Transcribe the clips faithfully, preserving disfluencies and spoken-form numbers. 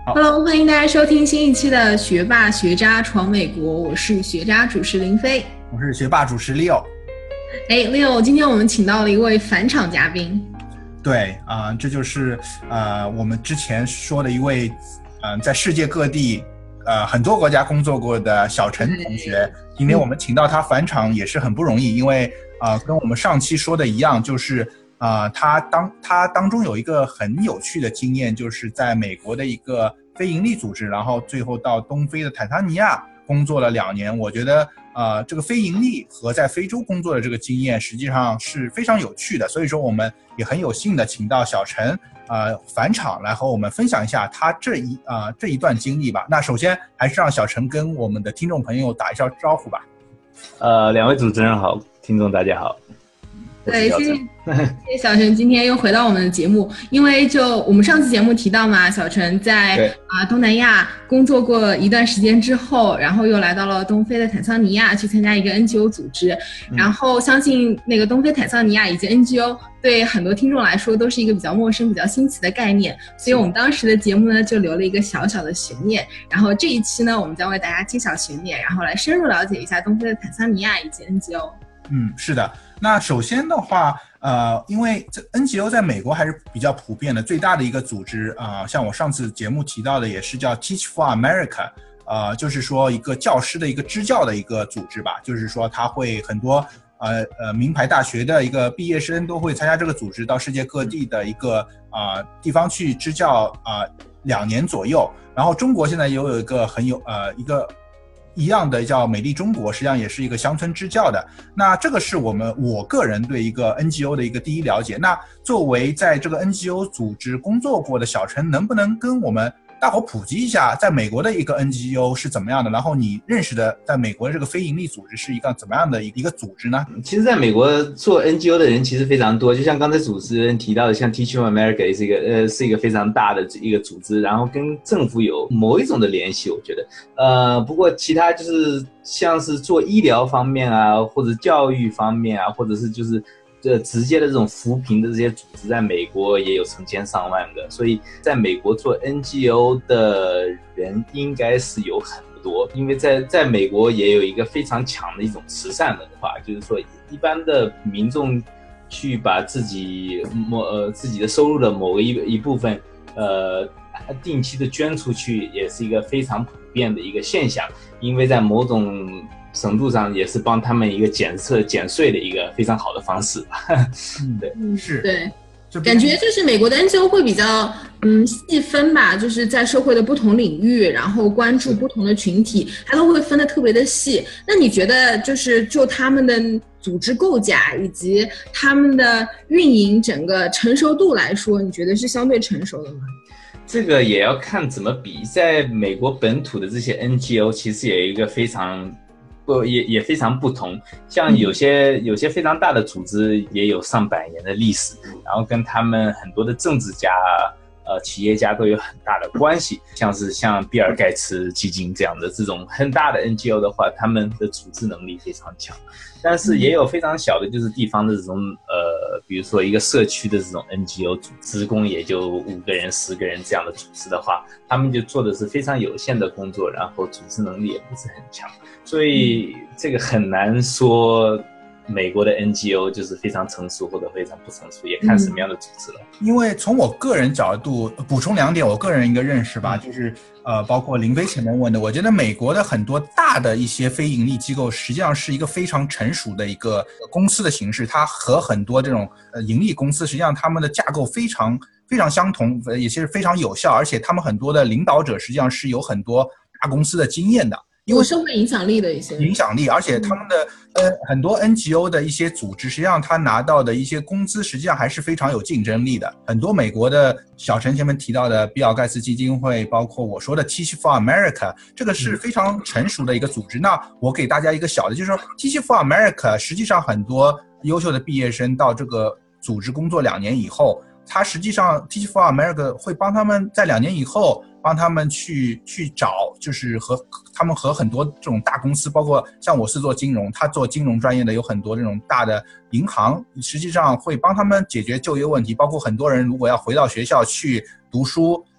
Hello，欢迎大家收听新一期的学霸学渣闯美国，我是学渣主持林飞， 我是学霸主持 Leo。 哎 ，Leo， 今天我们请到了一位返场嘉宾。 对啊、呃，这就是呃我们之前说的一位嗯、呃、在世界各地呃很多国家工作过的小陈同学。今天我们请到他返场也是很不容易，因为呃跟我们上期说的一样，就是呃他当他当中有一个很有趣的经验，就是在美国的一个非营利组织，然后最后到东非的坦桑尼亚工作了两年。我觉得呃这个非盈利和在非洲工作的这个经验实际上是非常有趣的，所以说我们也很有幸的请到小陈呃返场来和我们分享一下他这一呃这一段经历吧。那首先还是让小陈跟我们的听众朋友打一下招呼吧。 呃，两位主持人好，听众大家好。 对，谢谢谢谢小陈今天又回到我们的节目，因为就我们上期节目提到嘛，小陈在啊、呃、东南亚工作过一段时间之后，然后又来到了东非的坦桑尼亚去参加一个 N G O 组织，然后相信那个东非坦桑尼亚以及 N G O 对很多听众来说都是一个比较陌生比较新奇的概念，所以我们当时的节目呢就留了一个小小的悬念，然后这一期呢我们将为大家揭晓悬念，然后来深入了解一下东非的坦桑尼亚以及 N G O。 嗯，是的。那首先的话呃，因为这 N G O 在美国还是比较普遍的，最大的一个组织啊、呃，像我上次节目提到的也是叫 Teach for America， 呃，就是说一个教师的一个支教的一个组织吧，就是说他会很多呃呃名牌大学的一个毕业生都会参加这个组织，到世界各地的一个啊、呃、地方去支教啊、呃、两年左右。然后中国现在也有一个很有呃一个一样的叫美丽中国，实际上也是一个乡村支教的。那这个是我们我个人对一个 N G O 的一个第一了解。那作为在这个 N G O 组织工作过的小陈，能不能跟我们大伙普及一下在美国的一个 N G O 是怎么样的，然后你认识的在美国的这个非营利组织是一个怎么样的一个组织呢？ 其实在美国做 N G O 的人其实非常多，就像刚才主持人提到的，像 Teach for America 也是一个呃是一个非常大的一个组织，然后跟政府有某一种的联系，我觉得呃不过其他就是像是做医疗方面啊，或者教育方面啊，或者是就是这直接的这种扶贫的这些组织，在美国也有成千上万个，所以在美国做 N G O 的人应该是有很多，因为在在美国也有一个非常强的一种慈善文化，就是说一般的民众去把自己某呃自己的收入的某个一一部分呃定期的捐出去，也是一个非常普遍的一个现象，因为在某种程度上也是帮他们一个减税减税的一个非常好的方式吧。 嗯，对，是， 对，感觉就是美国的 N G O 会比较嗯细分吧，就是在社会的不同领域，然后关注不同的群体，它都会分得特别的细。那你觉得就是就他们的组织构架以及他们的运营整个成熟度来说，你觉得是相对成熟的吗？ 这个也要看怎么比。在美国本土的这些 N G O 其实也有一个非常不也也非常不同，像有些有些非常大的组织也有上百年的历史，然后跟他们很多的政治家呃企业家都有很大的关系，像是像比尔盖茨基金这样的这种很大的 N G O 的话，他们的组织能力非常强。但是也有非常小的，就是地方的这种呃，比如说一个社区的这种 N G O 组织工也就五个人、十个人这样的组织的话，他们就做的是非常有限的工作，然后组织能力也不是很强，所以这个很难说美国的 N G O 就是非常成熟或者非常不成熟，也看什么样的组织了。 因为从我个人角度补充两点，我个人一个认识吧，就是呃，包括林飞前面问的，我觉得美国的很多大的一些非盈利机构，实际上是一个非常成熟的一个公司的形式，它和很多这种呃盈利公司，实际上他们的架构非常非常相同，也是非常有效，而且他们很多的领导者实际上是有很多大公司的经验的。 有社会影响力的一些影响力，而且他们的呃很多 N G O 的一些组织，实际上他拿到的一些工资，实际上还是非常有竞争力的。很多美国的小陈前面提到的比尔盖茨基金会，包括我说的 Teach for America， 这个是非常成熟的一个组织。那我给大家一个小的，就是说 Teach for America， 实际上很多优秀的毕业生到这个组织工作两年以后，他实际上 Teach for America 会帮他们在两年以后。帮他们去去找，就是和他们和很多这种大公司，包括像我是做金融，他做金融专业的有很多这种大的银行，实际上会帮他们解决就业问题，包括很多人如果要回到学校去读书，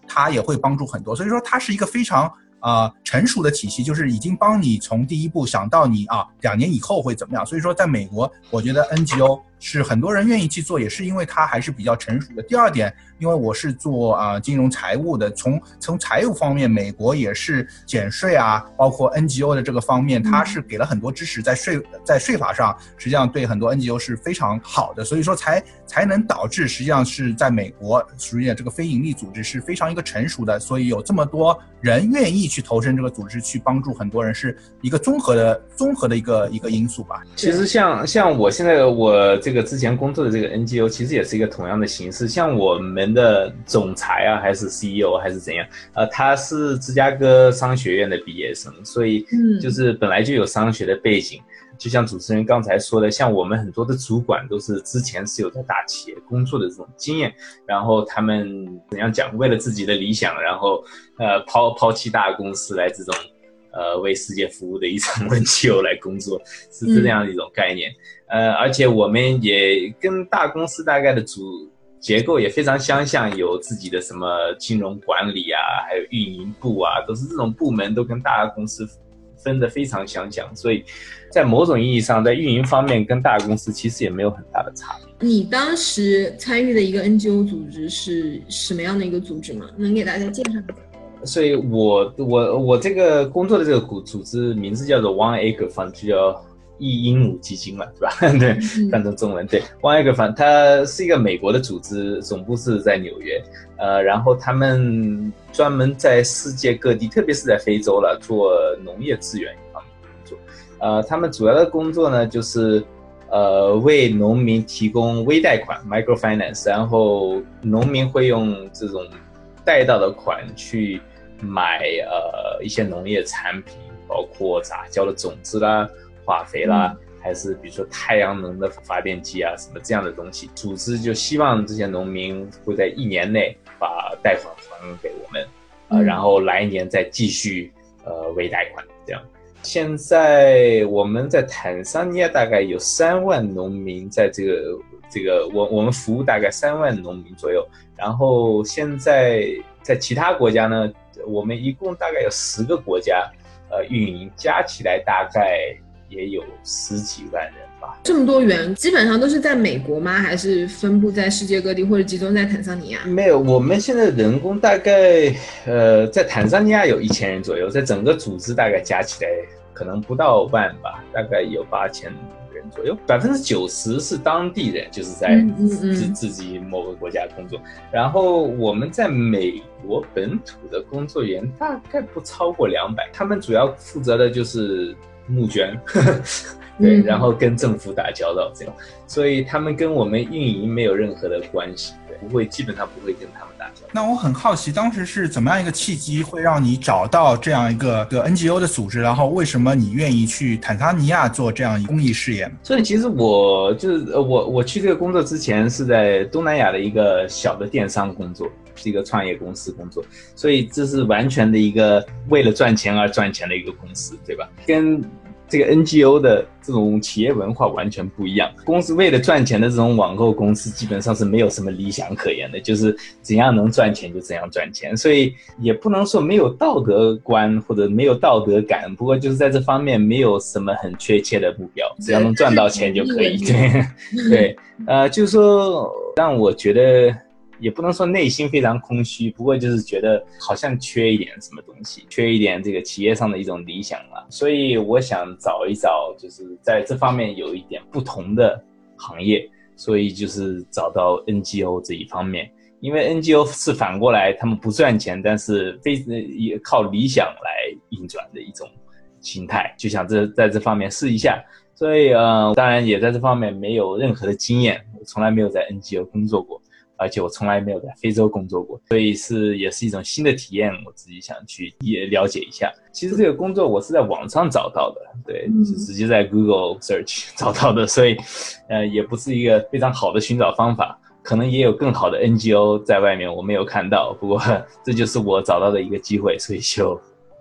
它也会帮助很多。所以说它是一个非常呃成熟的体系，就是已经帮你从第一步想到你啊两年以后会怎么样。所以说在美国，我觉得 N G O 是很多人愿意去做，也是因为它还是比较成熟的。第二点，因为我是做啊、呃、金融财务的，从从财务方面，美国也是减税啊，包括 N G O 的这个方面，它是给了很多支持，在税在税法上，实际上对很多 N G O 是非常好的，所以说才才能导致实际上是在美国属于这个非营利组织是非常一个成熟的，所以有这么多人愿意去投身这个组织，去帮助很多人，是一个综合的综合的一个一个因素吧。 其实像像我现在我这个之前工作的这个 N G O 其实也是一个同样的形式，像我们的总裁啊还是 C E O 还是怎样，呃，他是芝加哥商学院的毕业生，所以就是本来就有商学的背景。就像主持人刚才说的，像我们很多的主管都是之前是有在大企业工作的这种经验，然后他们怎样讲，为了自己的理想，然后呃抛抛弃大公司来这种呃为世界服务的一种 N G O 来工作，是这样的一种概念。呃，而且我们也跟大公司大概的组结构也非常相像，有自己的什么金融管理啊，还有运营部啊，都是这种部门都跟大公司分得非常相像，所以在某种意义上，在运营方面跟大公司其实也没有很大的差别。 你当时参与的一个 N G O 组织是什么样的一个组织吗？能给大家介绍一下？ 所以我我我这个工作的这个组织名字叫做 One Acre Fund， 就叫一英亩基金嘛，对吧？对，翻成中文对 One Acre Fund， 它是一个美国的组织，总部是在纽约，呃，然后他们专门在世界各地，特别是在非洲了，做农业资源方面的工作。呃，他们主要的工作呢，就是呃为农民提供微贷款 microfinance， 然后农民会用这种贷到的款去买呃一些农业产品，包括杂交的种子啦、化肥啦，还是比如说太阳能的发电机啊，什么这样的东西。组织就希望这些农民会在一年内把贷款还给我们，呃，然后来年再继续呃微贷款这样。现在我们在坦桑尼亚大概有三万农民在这个这个我我们服务大概三万农民左右，然后现在在其他国家呢，我们一共大概有十个国家，呃，运营加起来大概也有十几万人吧。 这么多员基本上都是在美国吗？还是分布在世界各地，或者集中在坦桑尼亚？ 没有，我们现在人工大概呃在坦桑尼亚有一千人左右，在整个组织大概加起来可能不到万吧，大概有八千人左右，百分之九十是当地人，就是在自、嗯嗯、自己某个国家工作。然后我们在美国本土的工作人员大概不超过两百，他们主要负责的就是募捐，呵呵对、嗯，然后跟政府打交道这样，所以他们跟我们运营没有任何的关系，对，不会，基本上不会跟他们打交道。 那我很好奇，当时是怎么样一个契机会让你找到这样一个个 N G O 的组织，然后为什么你愿意去坦桑尼亚做这样一个公益事业？ 所以其实我就是我我去这个工作之前是在东南亚的一个小的电商工作，是一个创业公司工作，所以这是完全的一个为了赚钱而赚钱的一个公司，对吧？跟这个 N G O 的这种企业文化完全不一样。公司为了赚钱的这种网购公司基本上是没有什么理想可言的，就是怎样能赚钱就怎样赚钱，所以也不能说没有道德观或者没有道德感，不过就是在这方面没有什么很确切的目标，只要能赚到钱就可以。对对，呃，就是说让我觉得也不能说内心非常空虚，不过就是觉得好像缺一点什么东西，缺一点这个企业上的一种理想了。所以我想找一找，就是在这方面有一点不同的行业，所以就是找到 N G O 这一方面。因为 N G O 是反过来，他们不赚钱，但是非也靠理想来运转的一种心态，就想这在这方面试一下。所以呃，当然也在这方面没有任何的经验，我从来没有在 N G O 工作过。而且我从来没有在非洲工作过，所以是也是一种新的体验，我自己想去也了解一下。其实这个工作我是在网上找到的，对，就直接在 Google Search 找到的，所以呃也不是一个非常好的寻找方法，可能也有更好的 N G O 在外面我没有看到，不过这就是我找到的一个机会，所以就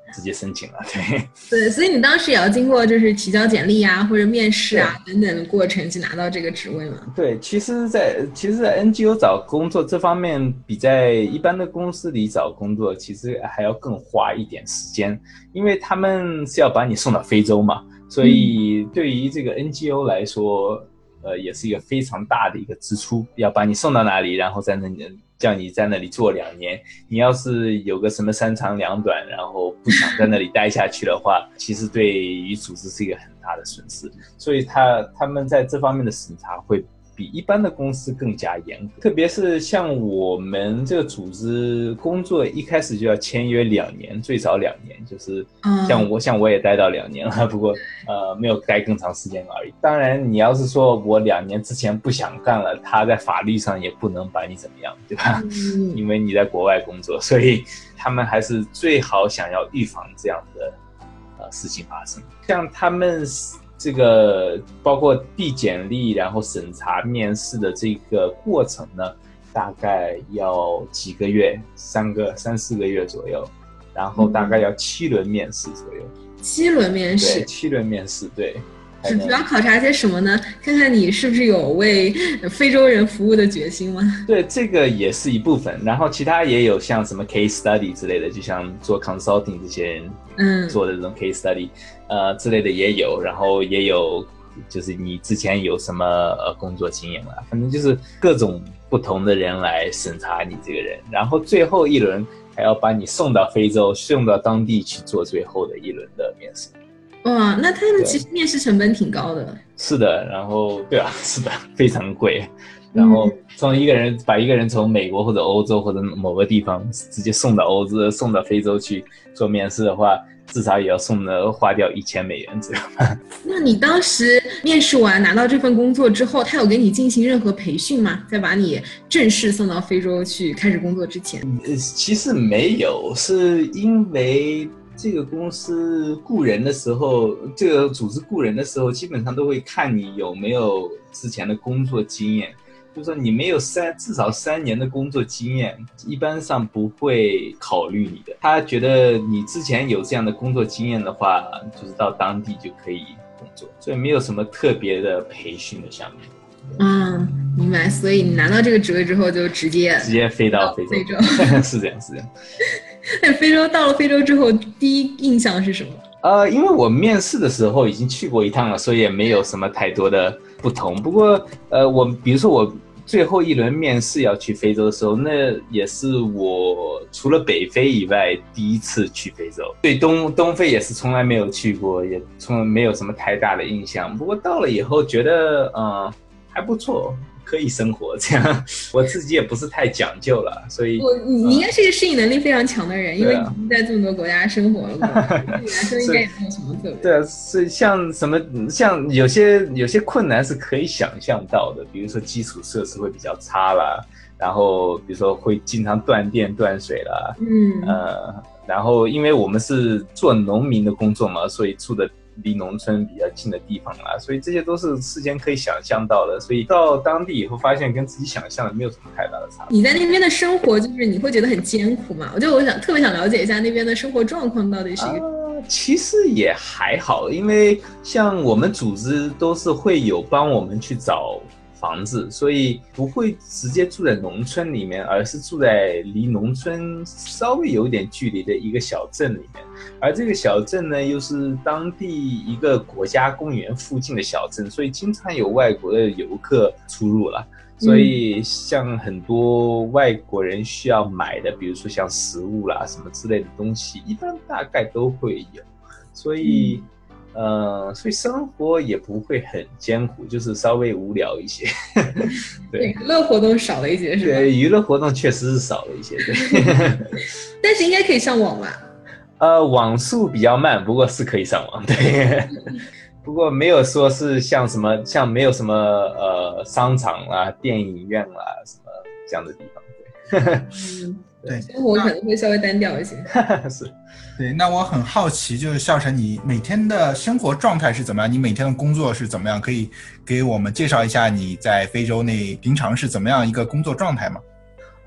直接申请了。对对，所以你当时也要经过就是提交简历啊或者面试啊等等的过程去拿到这个职位吗？ 对，其实在其实在 N G O 找工作这方面比在一般的公司里找工作其实还要更花一点时间，因为他们是要把你送到非洲嘛，所以对于这个 N G O 来说呃，也是一个非常大的一个支出，要把你送到哪里，然后在那里叫你在那里做两年。你要是有个什么三长两短，然后不想在那里待下去的话，其实对于组织是一个很大的损失。所以他他们在这方面的审查会比一般的公司更加严格，特别是像我们这个组织工作一开始就要签约两年，最少两年，就是像我、嗯、像我也待到两年了，不过呃没有待更长时间而已。当然你要是说我两年之前不想干了，他在法律上也不能把你怎么样，对吧？嗯、因为你在国外工作，所以他们还是最好想要预防这样的呃事情发生。像他们这个包括递简历然后审查面试的这个过程呢，大概要几个月，三个三四个月左右，然后大概要七轮面试左右。 七轮面试？ 对，七轮面试，对。 主要考察些什么呢？看看你是不是有为非洲人服务的决心吗？ 对，这个也是一部分，然后其他也有像什么 case study 之类的，就像做 consulting 这些人嗯做的这种 case study、嗯、呃之类的也有，然后也有就是你之前有什么呃工作经验啦，反正就是各种不同的人来审查你这个人，然后最后一轮还要把你送到非洲，送到当地去做最后的一轮的面试。 哇，那他们其实面试成本挺高的。 是的，然后对啊，是的，非常贵。然后从一个人、嗯、把一个人从美国或者欧洲或者某个地方直接送到欧洲、送到非洲去做面试的话，至少也要送的花掉一千美元左右。 那你当时面试完拿到这份工作之后，他有给你进行任何培训吗？在把你正式送到非洲去开始工作之前？ 呃，其实没有，是因为这个公司雇人的时候，这个组织雇人的时候，基本上都会看你有没有之前的工作经验。就是说你没有三至少三年的工作经验，一般上不会考虑你的。他觉得你之前有这样的工作经验的话，就是到当地就可以工作，所以没有什么特别的培训的项目。 嗯，明白。所以你拿到这个职位之后，就直接直接飞到非洲。 非洲是这样，是这样。 那非洲到了非洲之后，第一印象是什么？ 呃，因为我面试的时候已经去过一趟了，所以也没有什么太多的不同。不过，呃，我比如说我最后一轮面试要去非洲的时候，那也是我除了北非以外第一次去非洲。对东东非也是从来没有去过，也从来没有什么太大的印象。不过到了以后觉得，嗯、呃，还不错。可以生活这样，我自己也不是太讲究了，所以我你应该是一个适应能力非常强的人，嗯、因为你已经在这么多国家生活了，对你来说应该也没有什么特别。 对啊，所以像什么像有些有些困难是可以想象到的，比如说基础设施会比较差啦，然后比如说会经常断电断水啦，嗯呃，然后因为我们是做农民的工作嘛，所以住的离农村比较近的地方啦，所以这些都是事先可以想象到的，所以到当地以后发现跟自己想象的没有什么太大的差别。 你在那边的生活就是你会觉得很艰苦吗？我就我想特别想了解一下那边的生活状况到底是一个、 呃、其实也还好，因为像我们组织都是会有帮我们去找房子，所以不会直接住在农村里面，而是住在离农村稍微有点距离的一个小镇里面，而这个小镇呢又是当地一个国家公园附近的小镇，所以经常有外国的游客出入了，所以像很多外国人需要买的，比如说像食物啦什么之类的东西，一般大概都会有，所以、嗯呃，所以生活也不会很艰苦，就是稍微无聊一些。对， 娱乐活动少了一些，是吧？ 对，娱乐活动确实是少了一些，对。 但是应该可以上网吧？ 呃，网速比较慢，不过是可以上网，对。不过没有说是像什么，像没有什么呃商场啦、电影院啦什么这样的地方，对。 嗯，对，生活可能会稍微单调一些。 是。 对，那我很好奇，就是孝成，你每天的生活状态是怎么样？你每天的工作是怎么样？可以给我们介绍一下你在非洲那平常是怎么样一个工作状态吗？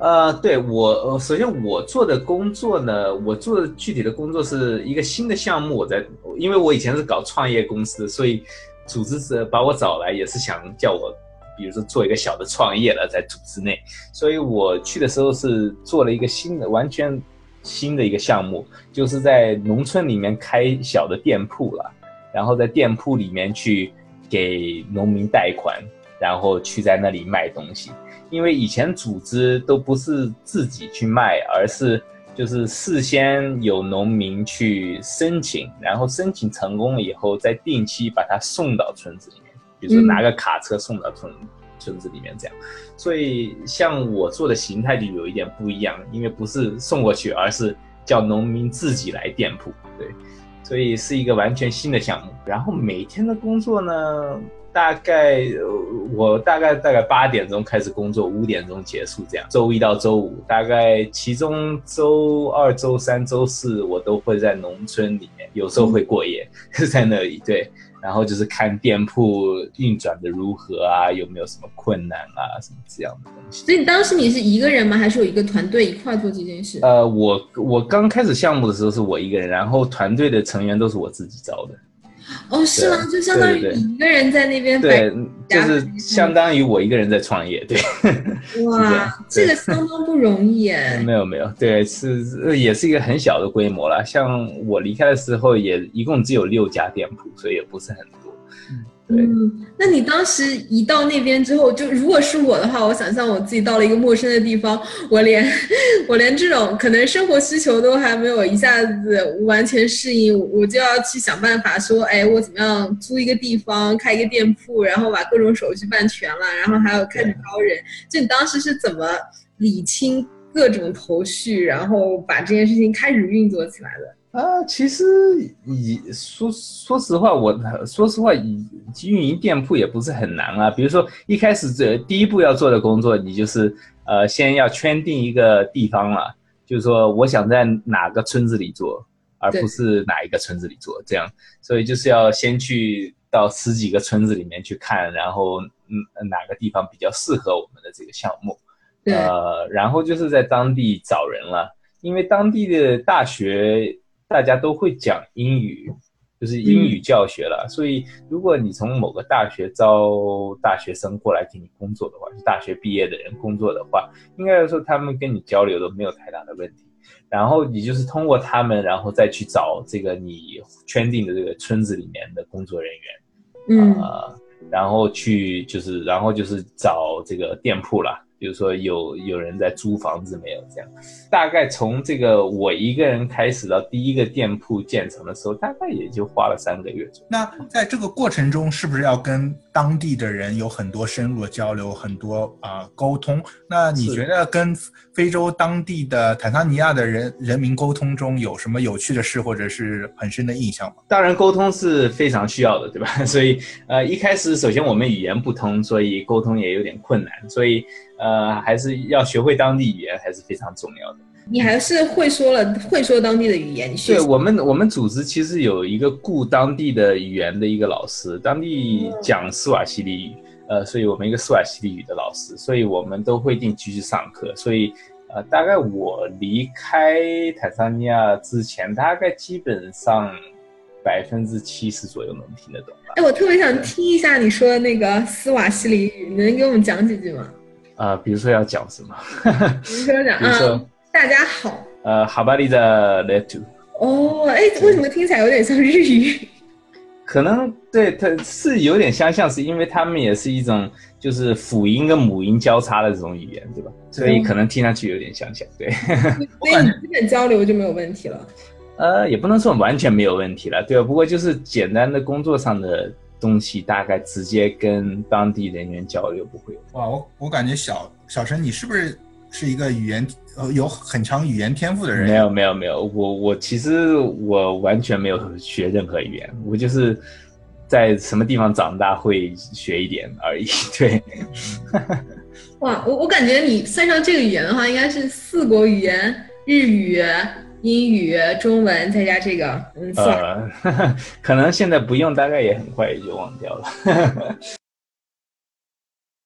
呃，对我，首先我做的工作呢，我做的具体的工作是一个新的项目。我在，因为我以前是搞创业公司，所以组织者把我找来也是想叫我，比如说做一个小的创业了，在组织内。所以我去的时候是做了一个新的，完全新的一个项目，就是在农村里面开小的店铺了，然后在店铺里面去给农民贷款，然后去在那里卖东西。因为以前组织都不是自己去卖，而是就是事先有农民去申请，然后申请成功了以后，再定期把它送到村子里面，比如说拿个卡车送到村、嗯、村子里面这样。所以像我做的形态就有一点不一样，因为不是送过去，而是叫农民自己来店铺，对，所以是一个完全新的项目。然后每天的工作呢，大概我大概大概八点钟开始工作，五点钟结束这样。周一到周五，大概其中周二、周三、周四我都会在农村里面，有时候会过夜，嗯、在那里对。然后就是看店铺运转的如何啊，有没有什么困难啊，什么这样的东西。 所以当时你是一个人吗？还是有一个团队一块做这件事？ 呃，我我刚开始项目的时候是我一个人，然后团队的成员都是我自己招的。 哦，是吗？就相当于你一个人在那边对，就是相当于我一个人在创业，对。 哇，这个相当不容易耶。 没有没有，对，是也是一个很小的规模啦。像我离开的时候，也一共只有六家店铺，所以也不是很多。 嗯，那你当时一到那边之后，就如果是我的话，我想象我自己到了一个陌生的地方，我连我连这种可能生活需求都还没有一下子完全适应，我就要去想办法说，哎，我怎么样租一个地方开一个店铺，然后把各种手续办全了，然后还要开始招人。就你当时是怎么理清各种头绪，然后把这件事情开始运作起来的？ 啊，其实以说说实话，我说实话，以运营店铺也不是很难啊。比如说一开始这第一步要做的工作，你就是呃先要圈定一个地方了，就是说我想在哪个村子里做，而不是哪一个村子里做这样。所以就是要先去到十几个村子里面去看，然后嗯哪个地方比较适合我们的这个项目，呃，然后就是在当地找人了，因为当地的大学。大家都会讲英语，就是英语教学了、嗯、所以如果你从某个大学招大学生过来给你工作的话，就大学毕业的人工作的话，应该来说他们跟你交流都没有太大的问题，然后你就是通过他们然后再去找这个你圈定的这个村子里面的工作人员，嗯、呃、然后去就是然后就是找这个店铺啦，比如说有有人在租房子没有这样，大概从这个我一个人开始到第一个店铺建成的时候，大概也就花了三个月左右。 那在这个过程中，是不是要跟当地的人有很多深入的交流，很多啊、呃、沟通？那你觉得跟非洲当地的坦桑尼亚的人人民沟通中有什么有趣的事，或者是很深的印象吗？ 当然，沟通是非常需要的，对吧？所以呃，一开始首先我们语言不通，所以沟通也有点困难，所以。呃，还是要学会当地语言还是非常重要的。 你还是会说了，会说当地的语言。你对我们，我们组织其实有一个顾当地的语言的一个老师，当地讲斯瓦西里语，呃，所以我们一个斯瓦西里语的老师，所以我们都会定期去上课。所以，呃，大概我离开坦桑尼亚之前，大概基本上百分之七十左右能听得懂吧。 哎，我特别想听一下你说的那个斯瓦西里语，你能给我们讲几句吗？ 呃，比如说要讲什么？ 比如说讲，比如说、嗯、大家好。 呃，哈巴利的 letu。 哦，哎，为什么听起来有点像日语？ 可能对，它是有点相像，是因为他们也是一种就是辅音跟母音交叉的这种语言，对吧？所以可能听上去有点相像，对。 所以你基本交流就没有问题了。 呃，也不能说完全没有问题了，对吧？不过就是简单的工作上的。东西大概直接跟当地人员交流不会有。 哇，我我感觉小小陈，你是不是是一个语言呃有很强语言天赋的人？ 没有没有没有，我我其实我完全没有学任何语言，我就是在什么地方长大会学一点而已。对。 哇，我我感觉你算上这个语言的话，应该是四国语言：日语、英语、中文，再加这个，嗯， 呃，呵呵可能现在不用，大概也很快也就忘掉了。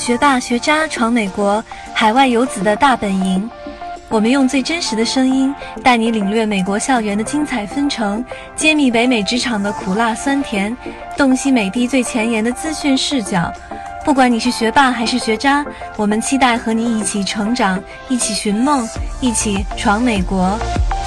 学霸学渣闯美国，海外游子的大本营。我们用最真实的声音带你领略美国校园的精彩纷呈，揭秘北美职场的苦辣酸甜，洞悉美的最前沿的资讯视角。不管你是学霸还是学渣，我们期待和你一起成长，一起寻梦，一起闯美国。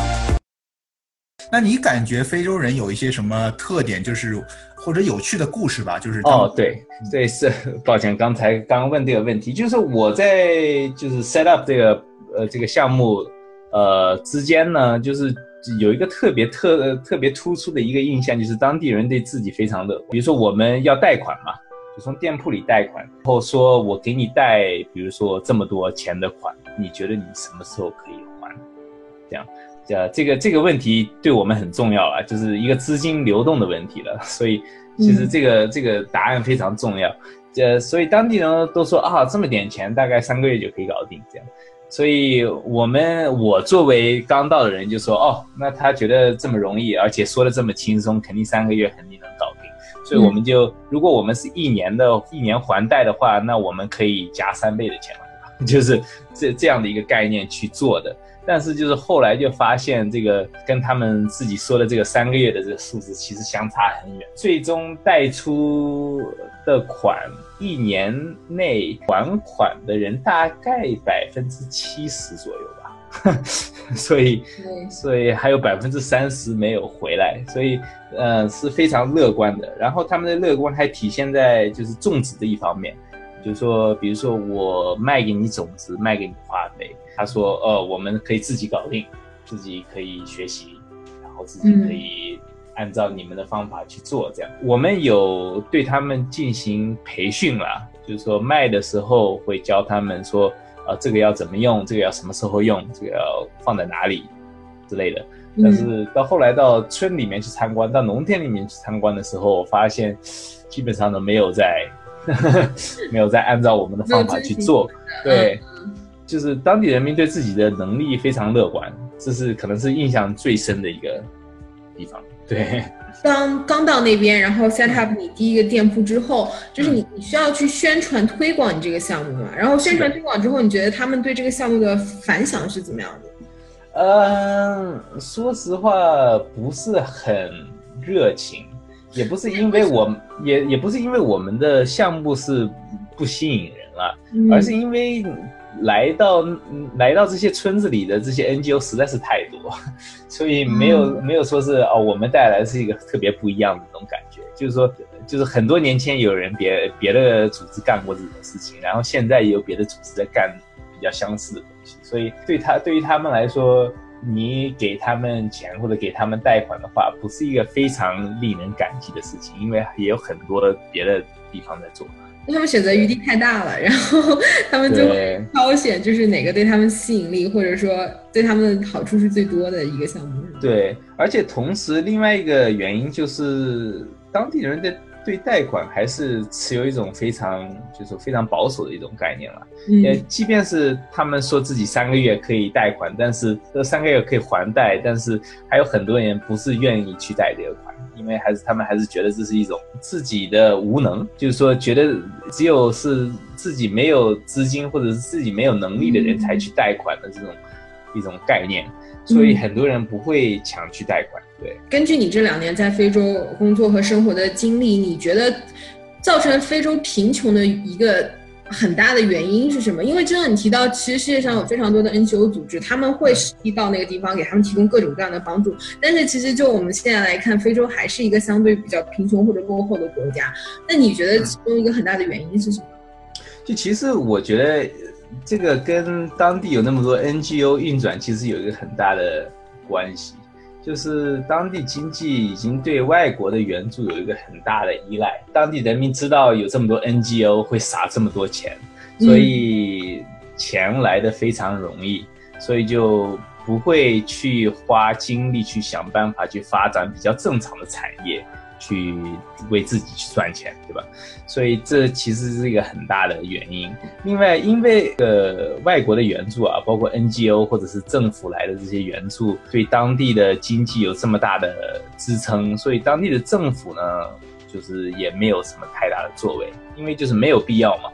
那你感觉非洲人有一些什么特点，就是或者有趣的故事吧？就是哦，对对，是，抱歉，刚才刚刚问这个问题，就是我在就是 set up 这个呃这个项目呃之间呢，就是有一个特别特特别突出的一个印象，就是当地人对自己非常乐观。比如说我们要贷款嘛，就从店铺里贷款，然后说我给你贷，比如说这么多钱的款，你觉得你什么时候可以还？这样。呃，这个这个问题对我们很重要啊，就是一个资金流动的问题了，所以其实这个、嗯、这个答案非常重要。呃，所以当地人都说啊，这么点钱，大概三个月就可以搞定这样。所以我们我作为刚到的人就说，哦，那他觉得这么容易，而且说的这么轻松，肯定三个月肯定能搞定。所以我们就，嗯、如果我们是一年的一年还贷的话，那我们可以加三倍的钱了，对吧？就是这这样的一个概念去做的。但是就是后来就发现，这个跟他们自己说的这个三个月的这个数字其实相差很远。最终贷出的款一年内还款的人大概百分之七十左右吧，所以所以还有百分之三十没有回来，所以呃是非常乐观的。然后他们的乐观还体现在就是种植的一方面，就是说，比如说我卖给你种子，卖给你化肥。他说呃我们可以自己搞定，自己可以学习，然后自己可以按照你们的方法去做这样。嗯、我们有对他们进行培训啦，就是说卖的时候会教他们说呃这个要怎么用，这个要什么时候用，这个要放在哪里之类的。但是到后来到村里面去参观，到农田里面去参观的时候，我发现基本上都没有在没有在按照我们的方法去做。对，就是当地人民对自己的能力非常乐观，这是可能是印象最深的一个地方。对， 刚刚到那边，然后 set up 你第一个店铺之后，就是你你需要去宣传推广你这个项目嘛？然后宣传推广之后，你觉得他们对这个项目的反响是怎么样的？ 嗯，说实话不是很热情，也不是因为我也也不是因为我们的项目是不吸引人了，嗯、而是因为来到来到这些村子里的这些 N G O 实在是太多，所以没有、嗯、没有说是哦，我们带来的是一个特别不一样的那种感觉。就是说，就是很多年前有人别别的组织干过这种事情，然后现在也有别的组织在干比较相似的东西，所以对他对于他们来说，你给他们钱或者给他们贷款的话，不是一个非常令人感激的事情，因为也有很多别的地方在做。 他们选择余地太大了，然后他们就会挑选就是哪个对他们吸引力或者说对他们的好处是最多的一个项目。 对，而且同时另外一个原因就是当地人的对贷款还是持有一种非常就是非常保守的一种概念了。嗯，也即便是他们说自己三个月可以贷款，但是这三个月可以还贷，但是还有很多人不是愿意去贷这个款，因为还是他们还是觉得这是一种自己的无能，就是说觉得只有是自己没有资金或者是自己没有能力的人才去贷款的这种一种概念，所以很多人不会抢去贷款。对， 根据你这两年在非洲工作和生活的经历，你觉得造成非洲贫穷的一个很大的原因是什么？因为正像你提到，其实世界上有非常多的 N G O 组织，他们会实际到那个地方给他们提供各种各样的帮助，但是其实就我们现在来看，非洲还是一个相对比较贫穷或者落后的国家。那你觉得其中一个很大的原因是什么？ 就其实我觉得这个跟当地有那么多 N G O 运转其实有一个很大的关系，就是当地经济已经对外国的援助有一个很大的依赖，当地人民知道有这么多 N G O 会撒这么多钱，所以钱来得非常容易，所以就不会去花精力去想办法去发展比较正常的产业，去为自己去赚钱，对吧？所以这其实是一个很大的原因。另外，因为呃外国的援助啊，包括 N G O 或者是政府来的这些援助，对当地的经济有这么大的支撑，所以当地的政府呢，就是也没有什么太大的作为，因为就是没有必要嘛。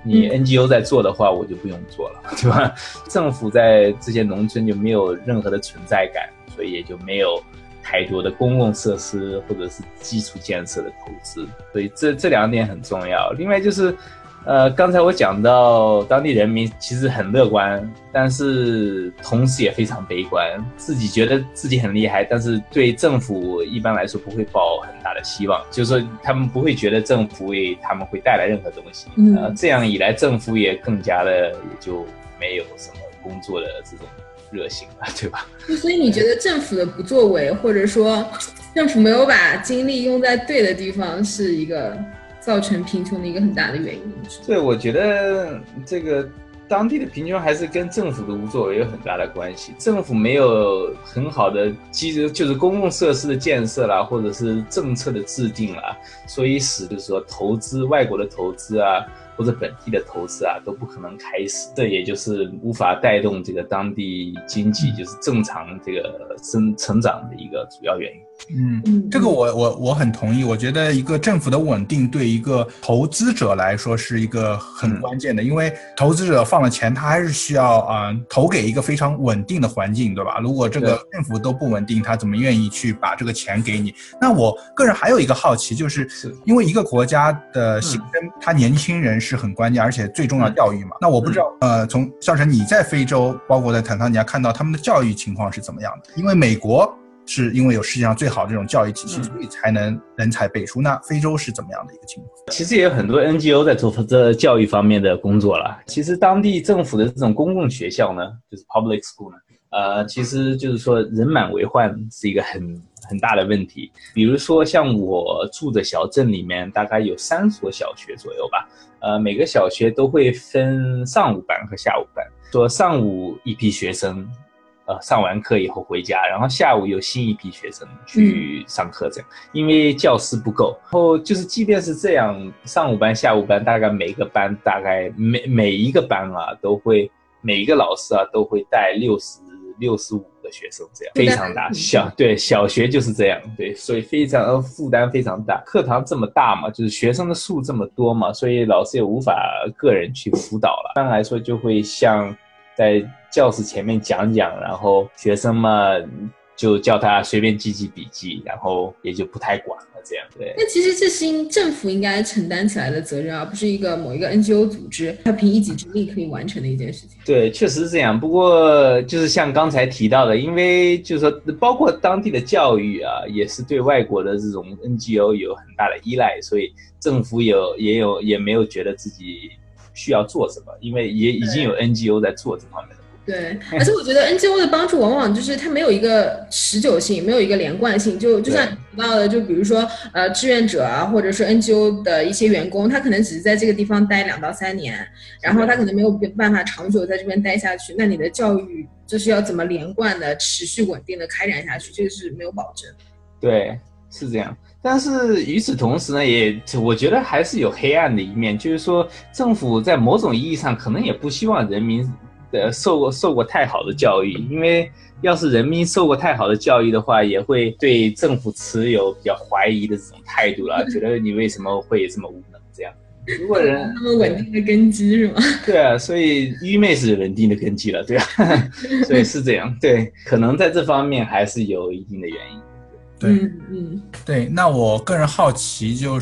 你 N G O 在做的话，我就不用做了，对吧？政府在这些农村就没有任何的存在感，所以也就没有太多的公共设施或者是基础建设的投资，所以这这两点很重要。另外就是，呃，刚才我讲到当地人民其实很乐观，但是同时也非常悲观，自己觉得自己很厉害，但是对政府一般来说不会抱很大的希望，就是说他们不会觉得政府为他们会带来任何东西。嗯，呃，这样一来，政府也更加的也就没有什么工作的这种热情了，对吧？ 所以你觉得政府的不作为，或者说政府没有把精力用在对的地方，是一个造成贫穷的一个很大的原因？ 对，我觉得这个当地的贫穷还是跟政府的无作为有很大的关系。政府没有很好的基础，就是公共设施的建设啦，或者是政策的制定啦，所以使就是说投资外国的投资啊，或者本地的投资啊都不可能开始，这也就是无法带动这个当地经济就是正常这个生成长的一个主要原因。 嗯，这个我我我很同意。我觉得一个政府的稳定对一个投资者来说是一个很关键的，因为投资者放了钱，他还是需要啊、呃、投给一个非常稳定的环境，对吧？如果这个政府都不稳定，他怎么愿意去把这个钱给你？那我个人还有一个好奇，就是因为一个国家的兴盛，他年轻人是很关键，而且最重要教育嘛。那我不知道，呃，从孝成你在非洲，包括在坦桑尼亚看到他们的教育情况是怎么样的？因为美国是因为有世界上最好的这种教育体系，所以才能人才辈出。那非洲是怎么样的一个情况？ 其实也有很多 N G O 在做这教育方面的工作了。其实当地政府的这种公共学校呢，就是 public school 呢，呃，其实就是说人满为患是一个很很大的问题。比如说像我住的小镇里面，大概有三所小学左右吧。呃，每个小学都会分上午班和下午班，说上午一批学生。呃，上完课以后回家，然后下午有新一批学生去上课，这样、嗯，因为教师不够。然后就是，即便是这样，上午班、下午班，大概每个班大概每每一个班啊，都会每一个老师啊都会带六十六十五个学生，这样非常大。小对小学就是这样，对，所以非常负担非常大。课堂这么大嘛，就是学生的数这么多嘛，所以老师也无法个人去辅导了。一般来说，就会像在教室前面讲讲，然后学生嘛就叫他随便记记笔记，然后也就不太管了，这样。对。 那其实这是政府应该承担起来的责任，而不是一个某一个 N G O 组织他凭一己之力可以完成的一件事情。 对，确实是这样。不过就是像刚才提到的，因为就是说包括当地的教育啊，也是对外国的这种 N G O 有很大的依赖，所以政府有也有也没有觉得自己需要做什么，因为也已经有 N G O 在做这方面的。 对，而且我觉得 N G O 的帮助往往就是它没有一个持久性，没有一个连贯性。就就像你提到的，就比如说呃志愿者啊，或者是 N G O 的一些员工，他可能只是在这个地方待两到三年，然后他可能没有办法长久在这边待下去。那你的教育就是要怎么连贯的、持续稳定的开展下去，这个是没有保证。 对，是这样。但是与此同时呢，也我觉得还是有黑暗的一面，就是说政府在某种意义上可能也不希望人民呃受过受过太好的教育，因为要是人民受过太好的教育的话，也会对政府持有比较怀疑的这种态度啦，觉得你为什么会这么无能这样。如果人那么稳定的根基是吗？ 对啊，所以愚昧是稳定的根基了，对啊，所以是这样，对，可能在这方面还是有一定的原因。 对， 嗯嗯， 对，那我个人好奇就是，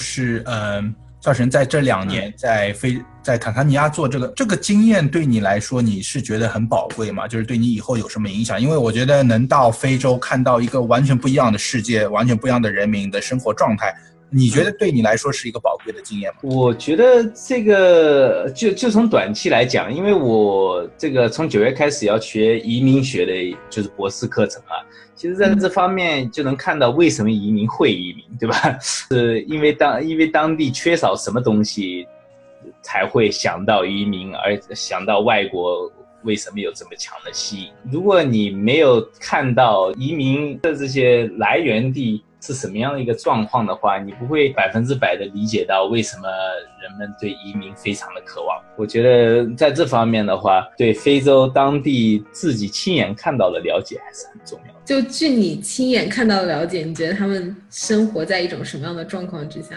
嗯，赵晨在这两年在非在坦桑尼亚做这个这个经验对你来说，你是觉得很宝贵吗？就是对你以后有什么影响？因为我觉得能到非洲看到一个完全不一样的世界，完全不一样的人民的生活状态，你觉得对你来说是一个宝贵的经验吗？ 我觉得这个就就从短期来讲，因为我这个从九月开始要学移民学的，就是博士课程啊。其实在这方面就能看到为什么移民会移民，对吧？是因为当因为当地缺少什么东西，才会想到移民，而想到外国为什么有这么强的吸引。如果你没有看到移民的这些来源地是什么样的一个状况的话，你不会百分之百的理解到为什么人们对移民非常的渴望。我觉得在这方面的话，对非洲当地自己亲眼看到的了解还是很重要的。 就据你亲眼看到的了解，你觉得他们生活在一种什么样的状况之下呢？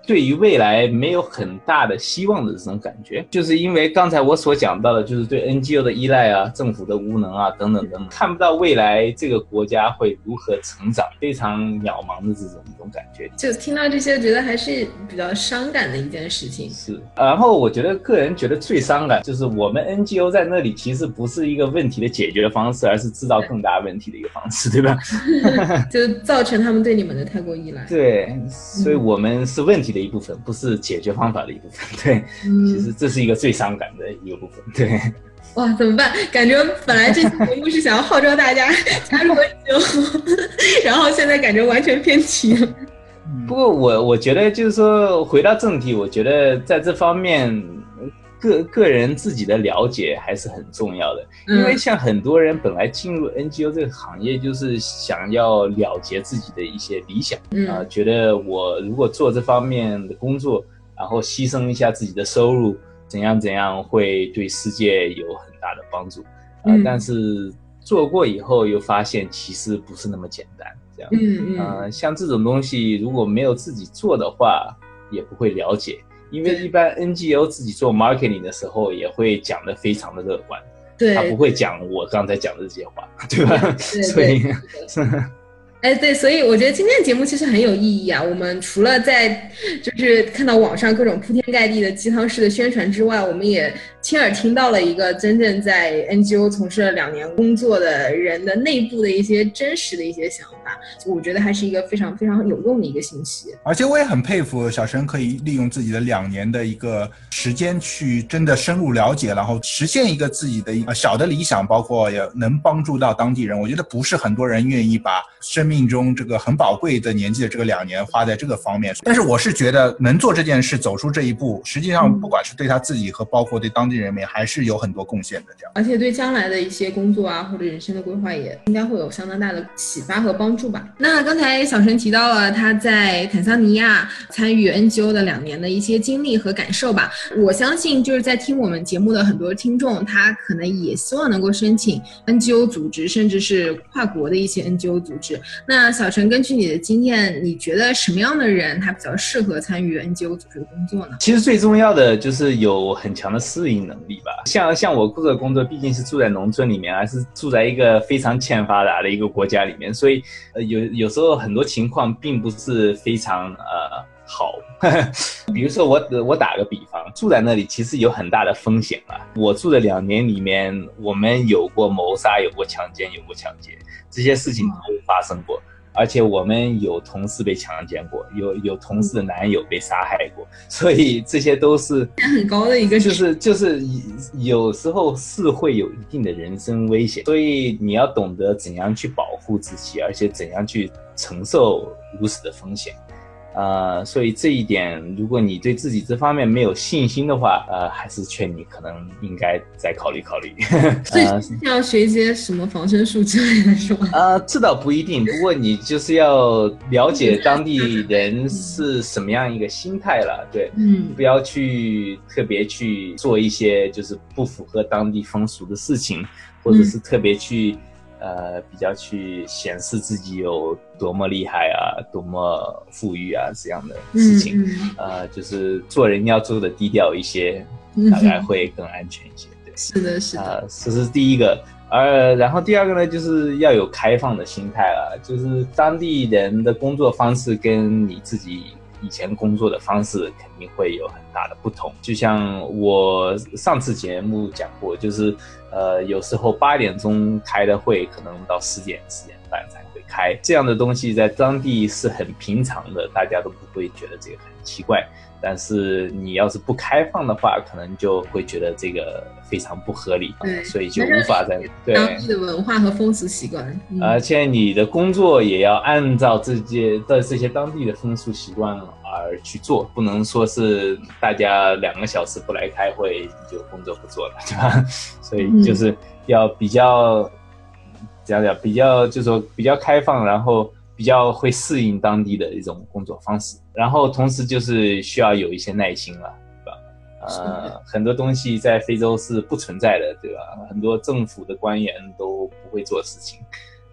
对于未来没有很大的希望的这种感觉，就是因为刚才我所讲到的，就是对 N G O 的依赖啊，政府的无能啊，等等等等，看不到未来这个国家会如何成长，非常渺茫的这种一种感觉。 就听到这些，觉得还是比较伤感的一件事情。 是，然后我觉得个人觉得最伤感就是我们 N G O 在那里其实不是一个问题的解决方式，而是制造更大问题的一个方式，对吧？ 就造成他们对你们的太过依赖。 对，所以我们是问题的一部分，不是解决方法的一部分。对，嗯、其实这是一个最伤感的一个部分。对。 哇，怎么办？感觉本来这期节目是想要号召大家加入 N G O， 然后现在感觉完全偏题了。 不过我我觉得就是说回到正题，我觉得在这方面个个人自己的了解还是很重要的，因为像很多人本来进入 N G O 这个行业就是想要了结自己的一些理想，嗯、呃，觉得我如果做这方面的工作，然后牺牲一下自己的收入，怎样怎样会对世界有很大的帮助，呃，嗯、但是做过以后又发现其实不是那么简单。嗯嗯，呃，像这种东西如果没有自己做的话，也不会了解。因为一般 N G O 自己做 marketing 的时候，也会讲得非常的乐观，对，他不会讲我刚才讲的这些话，对吧？对对对，所以。 哎，对，所以我觉得今天的节目其实很有意义啊。我们除了在就是看到网上各种铺天盖地的鸡汤式的宣传之外，我们也亲耳听到了一个真正在 N G O 从事了两年工作的人的内部的一些真实的一些想法，我觉得还是一个非常非常有用的一个信息。 而且我也很佩服小陈可以利用自己的两年的一个时间去真的深入了解，然后实现一个自己的一个小的理想，包括也能帮助到当地人。我觉得不是很多人愿意把生命中这个很宝贵的年纪的这个两年花在这个方面，但是我是觉得能做这件事走出这一步，实际上不管是对他自己和包括对当地人民还是有很多贡献的这样， 而且对将来的一些工作啊或者人生的规划也应该会有相当大的启发和帮助吧。那刚才小陈提到了他在坦桑尼亚参与 N G O 的两年的一些经历和感受吧，我相信就是在听我们节目的很多听众，他可能也希望能够申请 N G O 组织，甚至是跨国的一些 N G O 组织。那小陈，根据你的经验，你觉得什么样的人他比较适合参与 N G O 组织的工作呢？ 其实最重要的就是有很强的适应能力吧。像像我做的工作毕竟是住在农村里面，还是住在一个非常欠发达的一个国家里面，所以呃有有时候很多情况并不是非常呃好。比如说我我打个比方，住在那里其实有很大的风险啊。我住的两年里面，我们有过谋杀，有过强奸，有过抢劫，这些事情都发生过。而且我们有同事被强奸过，有有同事的男友被杀害过，所以这些都是很高的一个， 就是就是有时候是会有一定的人身危险，所以你要懂得怎样去保护自己，而且怎样去承受如此的风险。呃，所以这一点，如果你对自己这方面没有信心的话，呃，还是劝你可能应该再考虑考虑。 所以要学一些什么防身术之类的是吗？ 呃，这倒不一定，不过你就是要了解当地人是什么样一个心态了，对，嗯，不要去特别去做一些就是不符合当地风俗的事情，或者是特别去。呃，比较去显示自己有多么厉害啊，多么富裕啊，这样的事情，嗯嗯、呃，就是做人要做的低调一些，嗯、大概会更安全一些。对， 是的，是的。 呃，这是第一个。呃，然后第二个呢，就是要有开放的心态了，就是当地人的工作方式跟你自己以前工作的方式肯定会有很大的不同。就像我上次节目讲过，就是呃，有时候八点钟开的会，可能到十点、十点半才会开。这样的东西在当地是很平常的，大家都不会觉得这个很奇怪。但是你要是不开放的话，可能就会觉得这个非常不合理， 对， 所以就无法在对当地的文化和风俗习惯， 嗯、而且你的工作也要按照这些的这些当地的风俗习惯而去做，不能说是大家两个小时不来开会你就工作不做了，对吧？所以就是要比较怎样讲，比较就是说比较开放，然后比较会适应当地的一种工作方式，然后同时就是需要有一些耐心了，对吧？呃，很多东西在非洲是不存在的，对吧？很多政府的官员都不会做事情，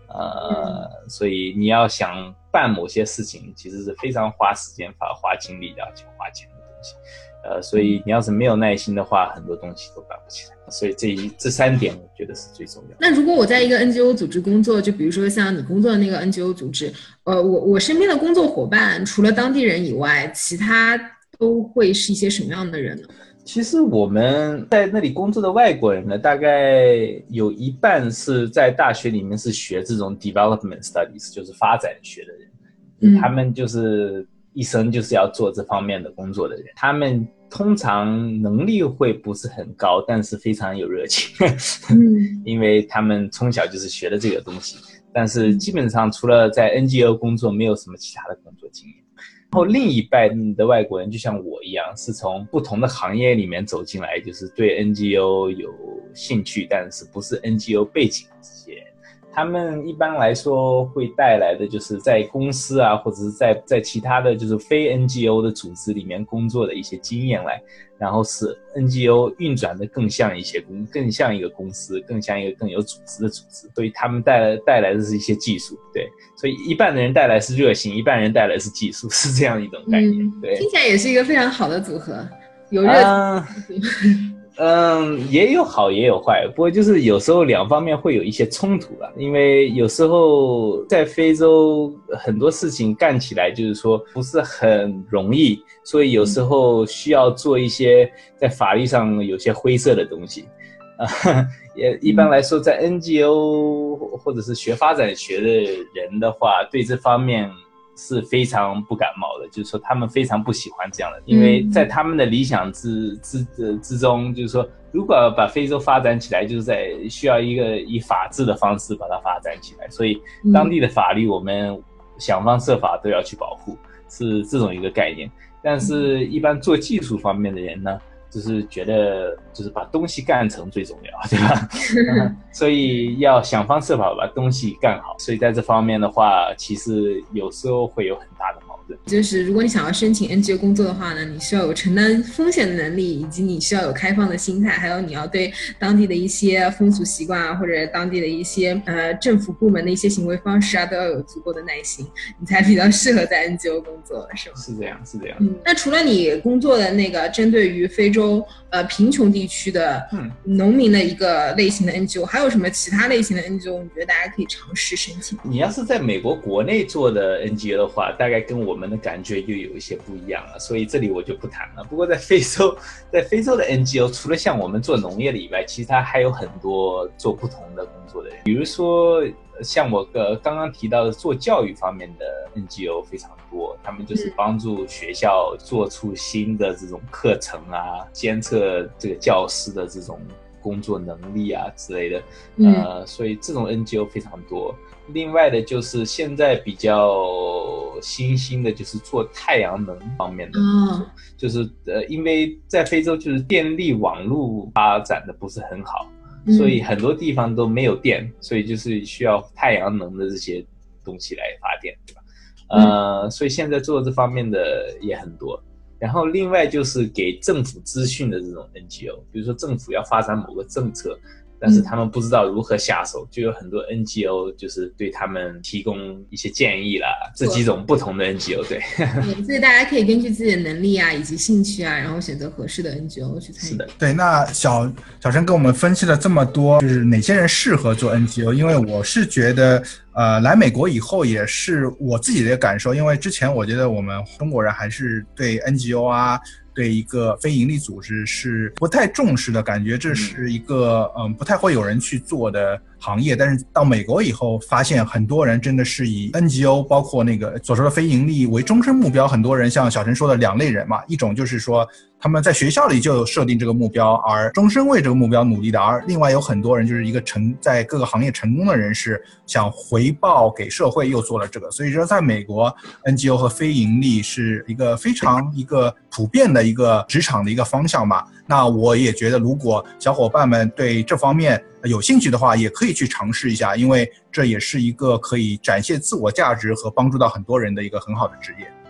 呃，所以你要想办某些事情，其实是非常花时间、花花精力的，要去花钱的东西。呃，所以你要是没有耐心的话，很多东西都办不起来。所以这一这三点，我觉得是最重要的。 那如果我在一个 N G O 组织工作，就比如说像你工作的那个 N G O 组织，呃，我我身边的工作伙伴，除了当地人以外，其他都会是一些什么样的人呢？ 其实我们在那里工作的外国人呢，大概有一半是在大学里面是学这种 development studies， 就是发展学的人，嗯，他们就是一生就是要做这方面的工作的人，他们通常能力会不是很高，但是非常有热情，嗯，因为他们从小就是学的这个东西，但是基本上除了在 N G O 工作，没有什么其他的工作经验。然后另一半的外国人就像我一样，是从不同的行业里面走进来，就是对 N G O 有兴趣，但是不是 N G O 背景这些人，他们一般来说会带来的就是在公司啊，或者是在在其他的就是非 N G O 的组织里面工作的一些经验来，然后使 N G O 运转的更像一些公，更像一个公司，更像一个更有组织的组织，所以他们带来带来的是一些技术，对，所以一半的人带来是热情，一半人带来是技术，是这样一种概念，嗯，对， 听起来也是一个非常好的组合，有热情。 嗯嗯，也有好也有坏，不过就是有时候两方面会有一些冲突了，因为有时候在非洲很多事情干起来就是说不是很容易，所以有时候需要做一些在法律上有些灰色的东西。呃，也一般来说在 N G O 或者是学发展学的人的话，对这方面是非常不感冒的，就是说他们非常不喜欢这样的，因为在他们的理想之之之中，就是说如果要把非洲发展起来，就是在需要一个以法治的方式把它发展起来，所以当地的法律我们想方设法都要去保护，是这种一个概念。但是一般做技术方面的人呢，就是觉得就是把东西干成最重要，对吧？嗯，所以要想方设法把东西干好。所以在这方面的话，其实有时候会有很大的矛盾。 就是如果你想要申请 N G O 工作的话呢，你需要有承担风险的能力，以及你需要有开放的心态，还有你要对当地的一些风俗习惯啊，或者当地的一些呃政府部门的一些行为方式啊，都要有足够的耐心，你才比较适合在 N G O 工作，是吗？ 是这样，是这样。 嗯，那除了你工作的那个针对于非洲呃贫穷地区的农民的一个类型的 N G O， 还有什么其他类型的 N G O 你觉得大家可以尝试申请？ 你要是在美国国内做的 N G O 的话，大概跟我们的感觉就有一些不一样了，所以这里我就不谈了。不过在非洲，在非洲的 N G O 除了像我们做农业的以外，其实它还有很多做不同的工作的人，比如说像我刚刚提到的做教育方面的 N G O 非常多，他们就是帮助学校做出新的这种课程啊，监测这个教师的这种工作能力啊之类的，呃，所以这种 N G O 非常多。另外的就是现在比较新兴的就是做太阳能方面的工作，就是呃，因为在非洲就是电力网络发展的不是很好，所以很多地方都没有电，所以就是需要太阳能的这些东西来发电，对吧？呃，所以现在做这方面的也很多。然后另外就是给政府资讯的这种 N G O， 比如说政府要发展某个政策，但是他们不知道如何下手，就有很多 N G O 就是对他们提供一些建议啦，这几种不同的 N G O， 对。 对，所以大家可以根据自己的能力啊，以及兴趣啊，然后选择合适的 N G O 去参与。 是的，对。那小小陈跟我们分析了这么多，就是哪些人适合做 N G O？ 因为我是觉得，呃，来美国以后也是我自己的感受，因为之前我觉得我们中国人还是对 N G O 啊，对一个非营利组织是不太重视的，感觉这是一个嗯不太会有人去做的行业。但是到美国以后，发现很多人真的是以 N G O 包括那个所说的非营利为终身目标。很多人像小陈说的两类人嘛，一种就是说他们在学校里就有设定这个目标，而终身为这个目标努力的；而另外有很多人就是一个成在各个行业成功的人士，想回报给社会又做了这个。所以说在美国 N G O 和非营利是一个非常一个普遍的一个职场的一个方向吧。那我也觉得如果小伙伴们对这方面有兴趣的话，也可以去尝试一下，因为这也是一个可以展现自我价值和帮助到很多人的一个很好的职业。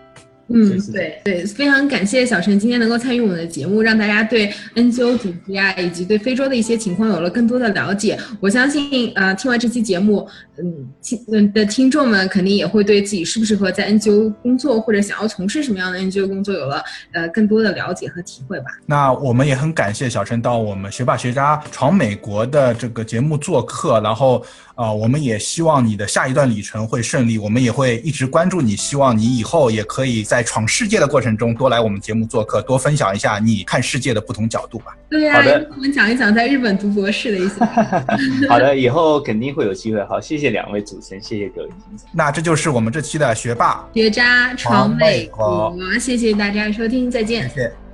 嗯，对对，非常感谢小陈今天能够参与我们的节目，让大家对 N G O 组织啊，以及对非洲的一些情况有了更多的了解。我相信，呃，听完这期节目，嗯，听嗯的听众们肯定也会对自己适不适合在 N G O 工作，或者想要从事什么样的 N G O 工作有了呃更多的了解和体会吧。 那我们也很感谢小陈到我们学霸学渣闯美国的这个节目做客，然后呃，我们也希望你的下一段旅程会顺利，我们也会一直关注你，希望你以后也可以在闯世界的过程中多来我们节目做客，多分享一下你看世界的不同角度吧。 对呀、啊，也跟我们讲一讲在日本读博士的一些好的，以后肯定会有机会。好，谢谢两位主持人，谢谢各位听众。 那这就是我们这期的学霸学渣闯美国，谢谢大家的收听，再见。 谢谢。